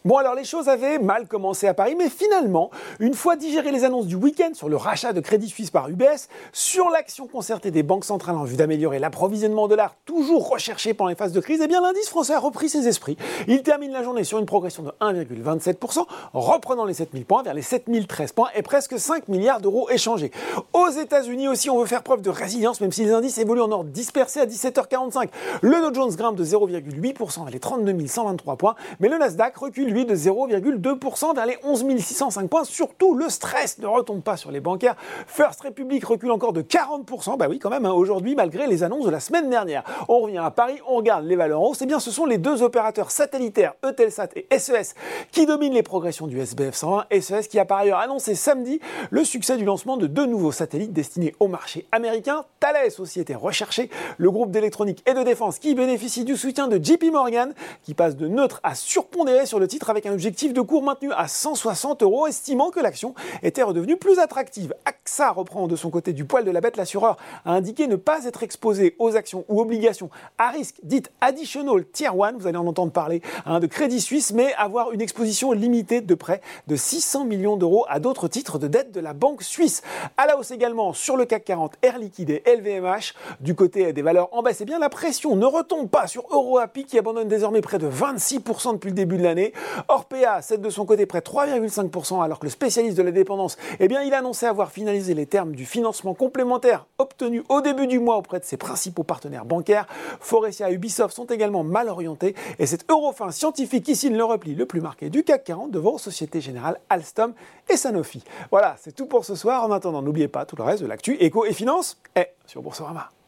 Bon alors les choses avaient mal commencé à Paris, mais finalement, une fois digérées les annonces du week-end sur le rachat de Crédit Suisse par UBS, sur l'action concertée des banques centrales en vue d'améliorer l'approvisionnement en dollars, toujours recherché pendant les phases de crise, eh bien l'indice français a repris ses esprits. Il termine la journée sur une progression de 1,27%, reprenant les 7000 points vers les 7013 points et presque 5 milliards d'euros échangés. Aux États-Unis aussi, on veut faire preuve de résilience, même si les indices évoluent en ordre dispersé à 17h45. Le Dow Jones grimpe de 0,8% vers les 32 123 points, mais le Nasdaq recule lui de 0,2% vers les 11 605 points. Surtout, le stress ne retombe pas sur les bancaires. First Republic recule encore de 40%, bah oui quand même, aujourd'hui, malgré les annonces de la semaine dernière. On revient à Paris, on regarde les valeurs en hausse, et bien ce sont les deux opérateurs satellitaires, Eutelsat et SES, qui dominent les progressions du SBF 120. SES qui a par ailleurs annoncé samedi le succès du lancement de deux nouveaux satellites destinés au marché américain. Thales aussi était recherché, le groupe d'électronique et de défense qui bénéficie du soutien de JP Morgan, qui passe de neutre à surpondéré sur le titre avec un objectif de cours maintenu à 160 €, estimant que l'action était redevenue plus attractive. AXA reprend de son côté du poil de la bête. L'assureur a indiqué ne pas être exposé aux actions ou obligations à risque dites additional tier 1, vous allez en entendre parler, de Crédit Suisse, mais avoir une exposition limitée de près de 600 millions d'euros à d'autres titres de dette de la banque suisse. À la hausse également sur le CAC 40, Air Liquide et LVMH. Du côté des valeurs en baisse, eh bien la pression ne retombe pas sur EuroAPI qui abandonne désormais près de 26% depuis le début de l'année. Orpea cède de son côté près de 3,5% alors que le spécialiste de la dépendance, eh bien il a annoncé avoir finalisé les termes du financement complémentaire obtenu au début du mois auprès de ses principaux partenaires bancaires. Forestia et Ubisoft sont également mal orientés et c'est Eurofins Scientifique qui signe le repli le plus marqué du CAC 40 devant Société Générale, Alstom et Sanofi. Voilà, c'est tout pour ce soir. En attendant, n'oubliez pas tout le reste de l'actu éco et finance est sur Boursorama.